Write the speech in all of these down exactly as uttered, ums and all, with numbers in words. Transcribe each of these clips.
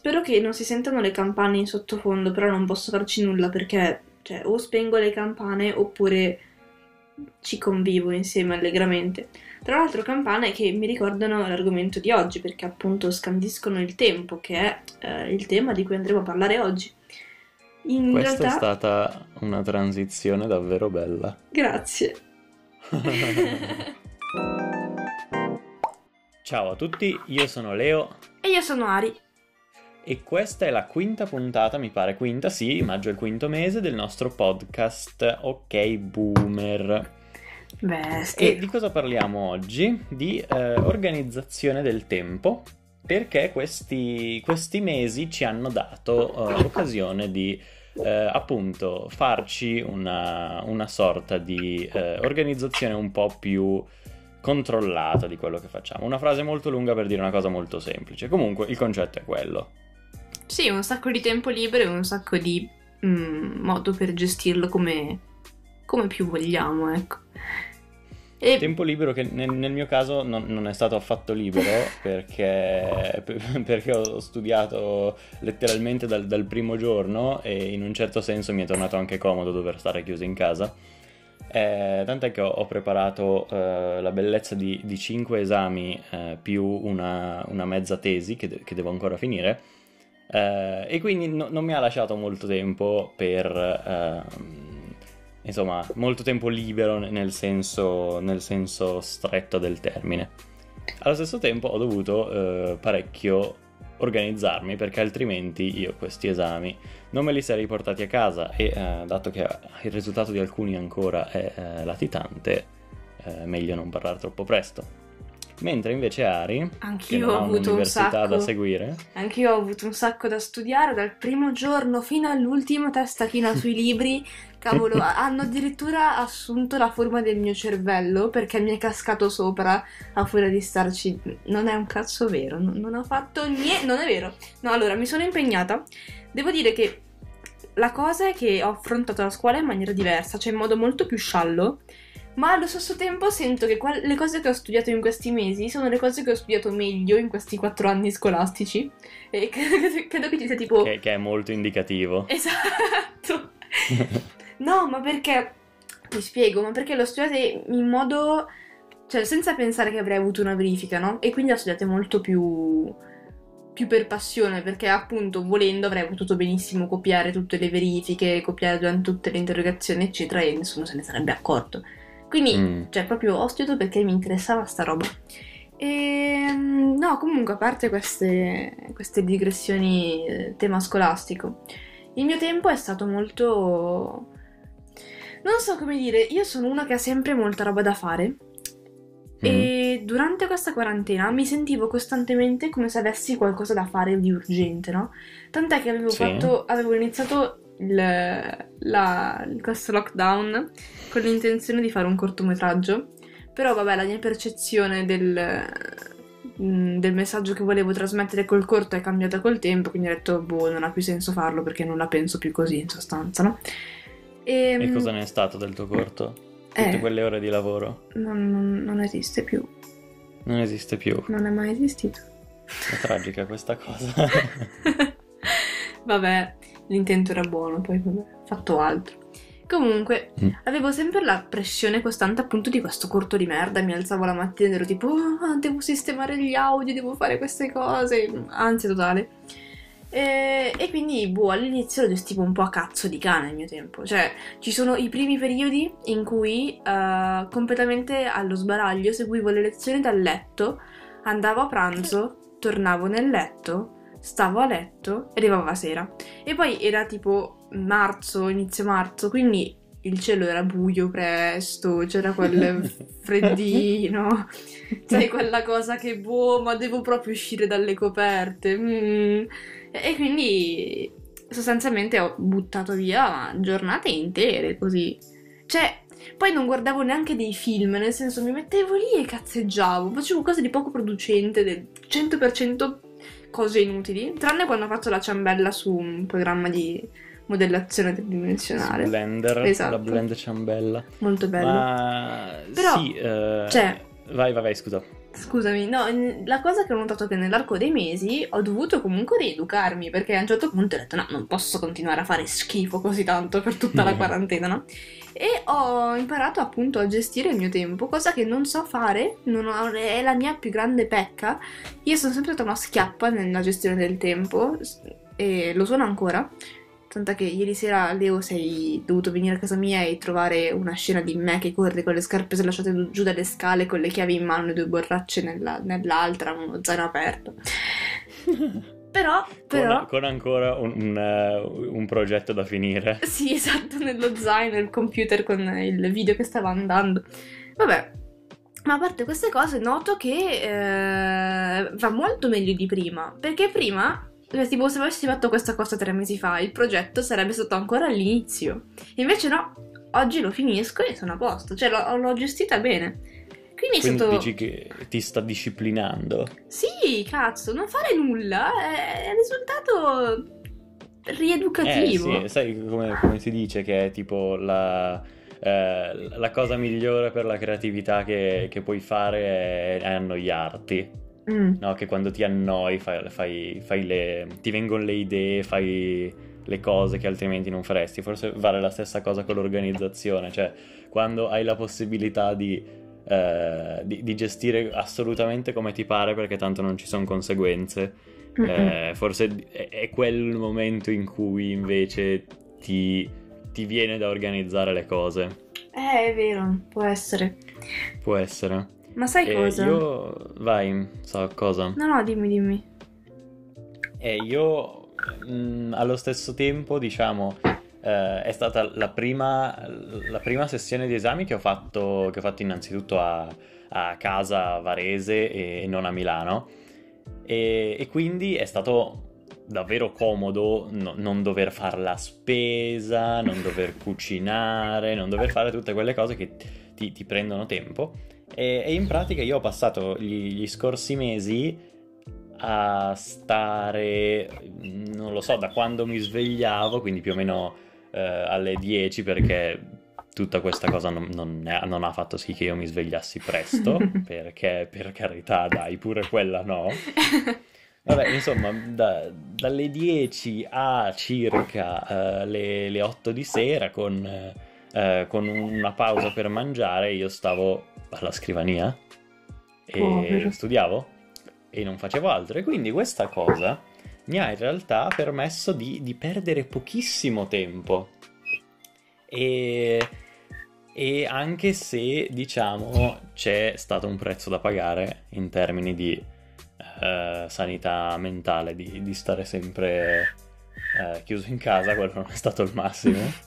spero che non si sentano le campane in sottofondo, però non posso farci nulla perché, cioè, o spengo le campane oppure ci convivo insieme allegramente. Tra l'altro campane che mi ricordano l'argomento di oggi, perché appunto scandiscono il tempo, che è eh, il tema di cui andremo a parlare oggi. In Questa realtà... è stata una transizione davvero bella. Grazie. Ciao a tutti, io sono Leo. E io sono Ari. E questa è la quinta puntata, mi pare quinta, sì, maggio è il quinto mese del nostro podcast Ok Boomer. Beh, E di cosa parliamo oggi? Di eh, organizzazione del tempo, perché questi, questi mesi ci hanno dato eh, l'occasione di eh, appunto farci una, una sorta di eh, organizzazione un po' più controllata di quello che facciamo. Una frase molto lunga per dire una cosa molto semplice. Comunque il concetto è quello. Sì, un sacco di tempo libero e un sacco di mm, modo per gestirlo come, come più vogliamo, ecco. E... Tempo libero che nel, nel mio caso non, non è stato affatto libero perché, perché ho studiato letteralmente dal, dal primo giorno e in un certo senso mi è tornato anche comodo dover stare chiuso in casa. Eh, tant'è che ho, ho preparato eh, la bellezza di, di cinque esami eh, più una, una mezza tesi che, de- che devo ancora finire eh, e quindi no, non mi ha lasciato molto tempo per... Eh, insomma, molto tempo libero nel senso, nel senso stretto del termine. Allo stesso tempo ho dovuto eh, parecchio organizzarmi perché altrimenti io questi esami non me li sarei portati a casa e eh, dato che il risultato di alcuni ancora è eh, latitante, eh, meglio non parlare troppo presto. Mentre invece Ari, Anch'io che non ho ha avuto un un'università sacco da seguire, Anch'io ho avuto un sacco da studiare dal primo giorno fino all'ultimo, testa china sui libri. Cavolo, hanno addirittura assunto la forma del mio cervello perché mi è cascato sopra a furia di starci. Non è un cazzo vero, non, non ho fatto niente, non è vero. No, allora, mi sono impegnata. Devo dire che la cosa è che ho affrontato la scuola in maniera diversa, cioè in modo molto più sciallo, ma allo stesso tempo sento che qual- le cose che ho studiato in questi mesi sono le cose che ho studiato meglio in questi quattro anni scolastici e credo, credo che ci sia tipo... che, che è molto indicativo. Esatto! No, ma perché... Ti spiego, ma perché l'ho studiate in modo... cioè senza pensare che avrei avuto una verifica, no? E quindi ho studiate molto più... più per passione, perché appunto volendo avrei potuto benissimo copiare tutte le verifiche, copiare durante tutte le interrogazioni, eccetera, e nessuno se ne sarebbe accorto. Quindi, mm. cioè, proprio ho studiato perché mi interessava sta roba. E no, comunque, a parte queste, queste digressioni eh, tema scolastico, il mio tempo è stato molto... non so come dire, io sono una che ha sempre molta roba da fare mm. e durante questa quarantena mi sentivo costantemente come se avessi qualcosa da fare di urgente, no? Tant'è che avevo sì. fatto, avevo iniziato il, la, questo lockdown con l'intenzione di fare un cortometraggio, però vabbè, la mia percezione del, del messaggio che volevo trasmettere col corto è cambiata col tempo, quindi ho detto boh, non ha più senso farlo perché non la penso più così in sostanza, no? E, e cosa ne è stato del tuo corto? Tutte eh, quelle ore di lavoro? Non, non, non esiste più. Non esiste più. Non è mai esistito. È tragica questa cosa. Vabbè, l'intento era buono, poi vabbè, fatto altro. Comunque, mm. avevo sempre la pressione costante appunto di questo corto di merda, mi alzavo la mattina ed ero tipo, oh, devo sistemare gli audio, devo fare queste cose, ansia totale. E, e quindi, boh, all'inizio lo gestivo un po' a cazzo di cane il mio tempo. Cioè, ci sono i primi periodi in cui uh, completamente allo sbaraglio seguivo le lezioni dal letto, andavo a pranzo, tornavo nel letto, stavo a letto e arrivavo la sera. E poi era tipo marzo, inizio marzo, quindi il cielo era buio presto, c'era quel freddino, sai, quella cosa che boh, ma devo proprio uscire dalle coperte. Mm. E quindi sostanzialmente ho buttato via giornate intere così. Cioè, poi non guardavo neanche dei film, nel senso mi mettevo lì e cazzeggiavo, facevo cose di poco producente, del cento per cento cose inutili, tranne quando ho fatto la ciambella su un programma di modellazione tridimensionale. Blender, esatto. La Blender ciambella. Molto bello. Ma però sì, eh... cioè vai, vai, vai, scusa. Scusami, no, n- la cosa che ho notato è che nell'arco dei mesi ho dovuto comunque rieducarmi, perché a un certo punto ho detto no, non posso continuare a fare schifo così tanto per tutta la quarantena, no? E ho imparato appunto a gestire il mio tempo, cosa che non so fare, non ho- è la mia più grande pecca. Io sono sempre stata una schiappa nella gestione del tempo s- e lo sono ancora. Tant'è che ieri sera, Leo, sei dovuto venire a casa mia e trovare una scena di me che corre con le scarpe lasciate giù dalle scale, con le chiavi in mano e due borracce nella- nell'altra, uno zaino aperto. Però, però... Con, con ancora un, un, eh, un progetto da finire. Sì, esatto, nello zaino, il computer con il video che stava andando. Vabbè, ma a parte queste cose noto che eh, va molto meglio di prima, perché prima, cioè, tipo, se avessi fatto questa cosa tre mesi fa, il progetto sarebbe stato ancora all'inizio. Invece no, oggi lo finisco e sono a posto, cioè l'ho, l'ho gestita bene. Quindi è Quindi stato... dici che ti sta disciplinando? Sì, cazzo, non fare nulla è il risultato rieducativo. Eh sì, sai come, come si dice che è tipo la, eh, la cosa migliore per la creatività che, che puoi fare è, è annoiarti. Mm. No, che quando ti annoi fai, fai, fai le, ti vengono le idee, fai le cose che altrimenti non faresti. Forse vale la stessa cosa con l'organizzazione, cioè quando hai la possibilità di, eh, di, di gestire assolutamente come ti pare perché tanto non ci sono conseguenze, eh, forse è, è quel momento in cui invece ti, ti viene da organizzare le cose. Eh, è vero, può essere. Può essere. Ma sai Eh, cosa? io... Vai, so cosa. No, no, dimmi, dimmi. E io mh, allo stesso tempo, diciamo, eh, è stata la prima, la prima sessione di esami che ho fatto, che ho fatto innanzitutto a, a casa a Varese e non a Milano. E, e quindi è stato davvero comodo no- non dover fare la spesa, non dover cucinare, non dover fare tutte quelle cose che ti, ti prendono tempo. E, e in pratica io ho passato gli, gli scorsi mesi a stare, non lo so, da quando mi svegliavo, quindi più o meno eh, alle dieci, perché tutta questa cosa non, non, è- non ha fatto sì che io mi svegliassi presto, perché per carità, dai, pure quella no. Vabbè, insomma, da- dalle dieci a circa eh, le, le otto di sera, con, eh, con una pausa per mangiare, io stavo alla scrivania e Povero. studiavo e non facevo altro. E quindi questa cosa mi ha in realtà permesso di, di perdere pochissimo tempo. E, e anche se, diciamo, c'è stato un prezzo da pagare in termini di eh, sanità mentale, di, di stare sempre eh, chiuso in casa, quello non è stato il massimo.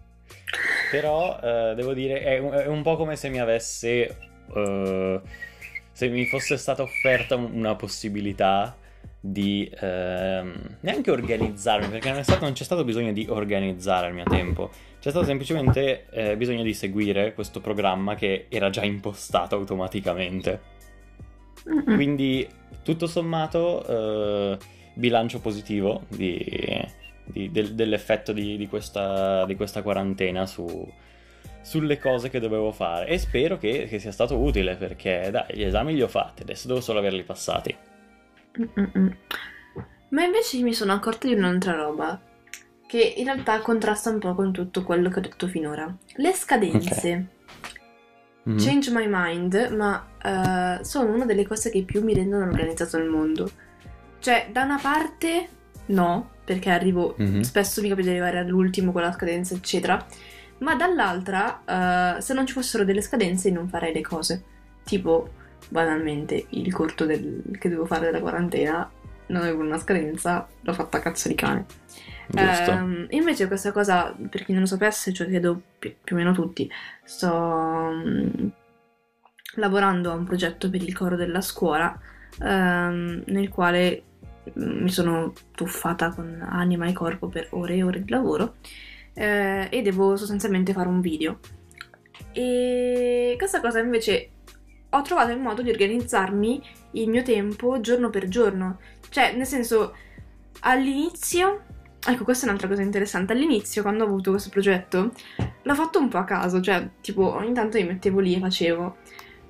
Però eh, devo dire, è, un- è un po' come se mi avesse, eh, se mi fosse stata offerta un- una possibilità di ehm, neanche organizzarmi, perché non, è stato, non c'è stato bisogno di organizzare il mio tempo, c'è stato semplicemente eh, bisogno di seguire questo programma che era già impostato automaticamente. Mm-mm. Quindi tutto sommato eh, bilancio positivo di, di- del- dell'effetto di, di questa, di questa quarantena su, sulle cose che dovevo fare, e spero che, che sia stato utile, perché dai, gli esami li ho fatti, adesso devo solo averli passati. Mm-mm. Ma invece mi sono accorta di un'altra roba che in realtà contrasta un po' con tutto quello che ho detto finora. Le scadenze. Mhm. Change my mind, ma eh, sono una delle cose che più mi rendono organizzato nel mondo. Cioè, da una parte no, perché arrivo, Mhm. spesso mi capita di arrivare all'ultimo con la scadenza, eccetera. Ma dall'altra, eh, se non ci fossero delle scadenze, non farei le cose. Tipo, banalmente, il corto del- che devo fare della quarantena, non avevo una scadenza, l'ho fatta a cazzo di cane. Giusto. Ehm, invece questa cosa, per chi non lo sapesse, cioè credo pi- più o meno tutti, sto mm, lavorando a un progetto per il coro della scuola, ehm, nel quale mm, mi sono tuffata con anima e corpo per ore e ore di lavoro, eh, e devo sostanzialmente fare un video. E questa cosa invece ho trovato il modo di organizzarmi il mio tempo giorno per giorno. Cioè, nel senso, all'inizio, ecco, questa è un'altra cosa interessante. All'inizio, quando ho avuto questo progetto, l'ho fatto un po' a caso, cioè, tipo, ogni tanto mi mettevo lì e facevo.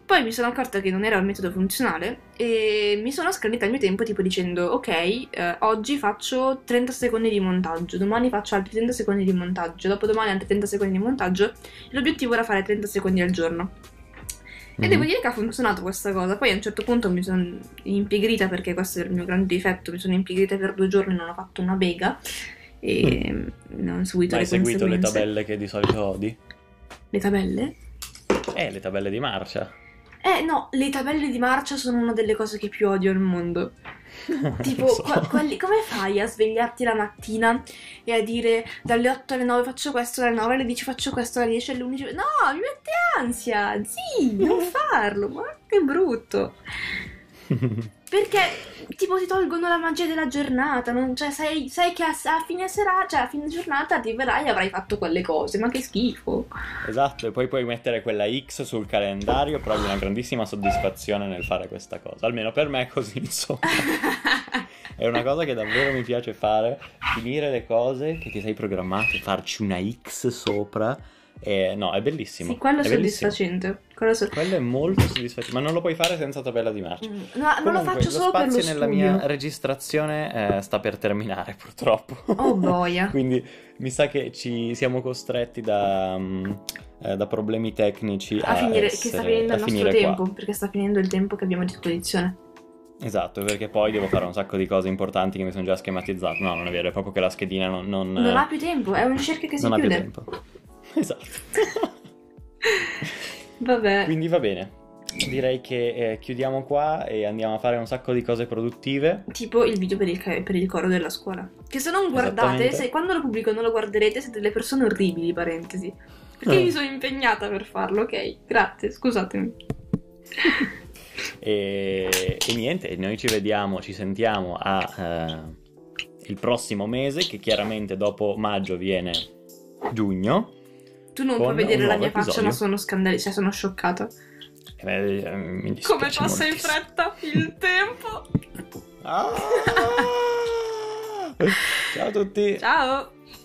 Poi mi sono accorta che non era il metodo funzionale e mi sono scandita il mio tempo tipo dicendo ok, eh, oggi faccio trenta secondi di montaggio, domani faccio altri trenta secondi di montaggio, dopodomani altri trenta secondi di montaggio, e l'obiettivo era fare trenta secondi al giorno. E mm-hmm. devo dire che ha funzionato questa cosa. Poi a un certo punto mi sono impigrita, perché questo è il mio grande difetto, mi sono impigrita per due giorni e non ho fatto una bega e mm. non ho seguito Ma le hai conseguenze. seguito le tabelle che di solito odi? Le tabelle? Eh, le tabelle di marcia. Eh no, le tabelle di marcia sono una delle cose che più odio al mondo. Tipo, so. qua, quelli, come fai a svegliarti la mattina e a dire dalle otto alle nove faccio questo, dalle nove alle dieci faccio questo, dalle dieci alle undici... No, mi mette ansia! Sì, non farlo, ma che brutto! Perché tipo ti tolgono la magia della giornata, non, cioè sai, sai che a, a fine serata, cioè a fine giornata arriverai e avrai fatto quelle cose, ma che schifo. Esatto, e poi puoi mettere quella X sul calendario, provi una grandissima soddisfazione nel fare questa cosa, almeno per me è così, insomma. È una cosa che davvero mi piace fare, finire le cose che ti sei programmato, farci una X sopra. Eh, no, è bellissimo. Sì, quello è, è soddisfacente. Quello, so... quello è molto soddisfacente, ma non lo puoi fare senza tabella di marcia. Mm, no, non lo faccio solo per lo spazio nella studio. mia registrazione eh, sta per terminare, purtroppo. Oh boia. Quindi mi sa che ci siamo costretti da, um, eh, da problemi tecnici a, a finire, essere, che sta finendo il nostro tempo, qua. Perché sta finendo il tempo che abbiamo a disposizione. Esatto, perché poi devo fare un sacco di cose importanti che mi sono già schematizzato. No, non è vero, è proprio che la schedina non... Non, non ha più tempo, è un cerchio che si non chiude. Non ha più tempo. Esatto. Vabbè. Quindi va bene. Direi che eh, chiudiamo qua e andiamo a fare un sacco di cose produttive. Tipo il video per il, per il coro della scuola. Che se non guardate, se quando lo pubblico non lo guarderete, siete delle persone orribili, parentesi. Perché eh. mi sono impegnata per farlo, ok? Grazie, scusatemi. e, e niente, noi ci vediamo, ci sentiamo a eh, il prossimo mese, che chiaramente dopo maggio viene giugno. Tu non puoi vedere la mia episodio. Faccia, ma sono scandali, cioè sono scioccata. Eh, eh, mi come passa moltissimo. in fretta il tempo. Ah! Ciao a tutti. Ciao.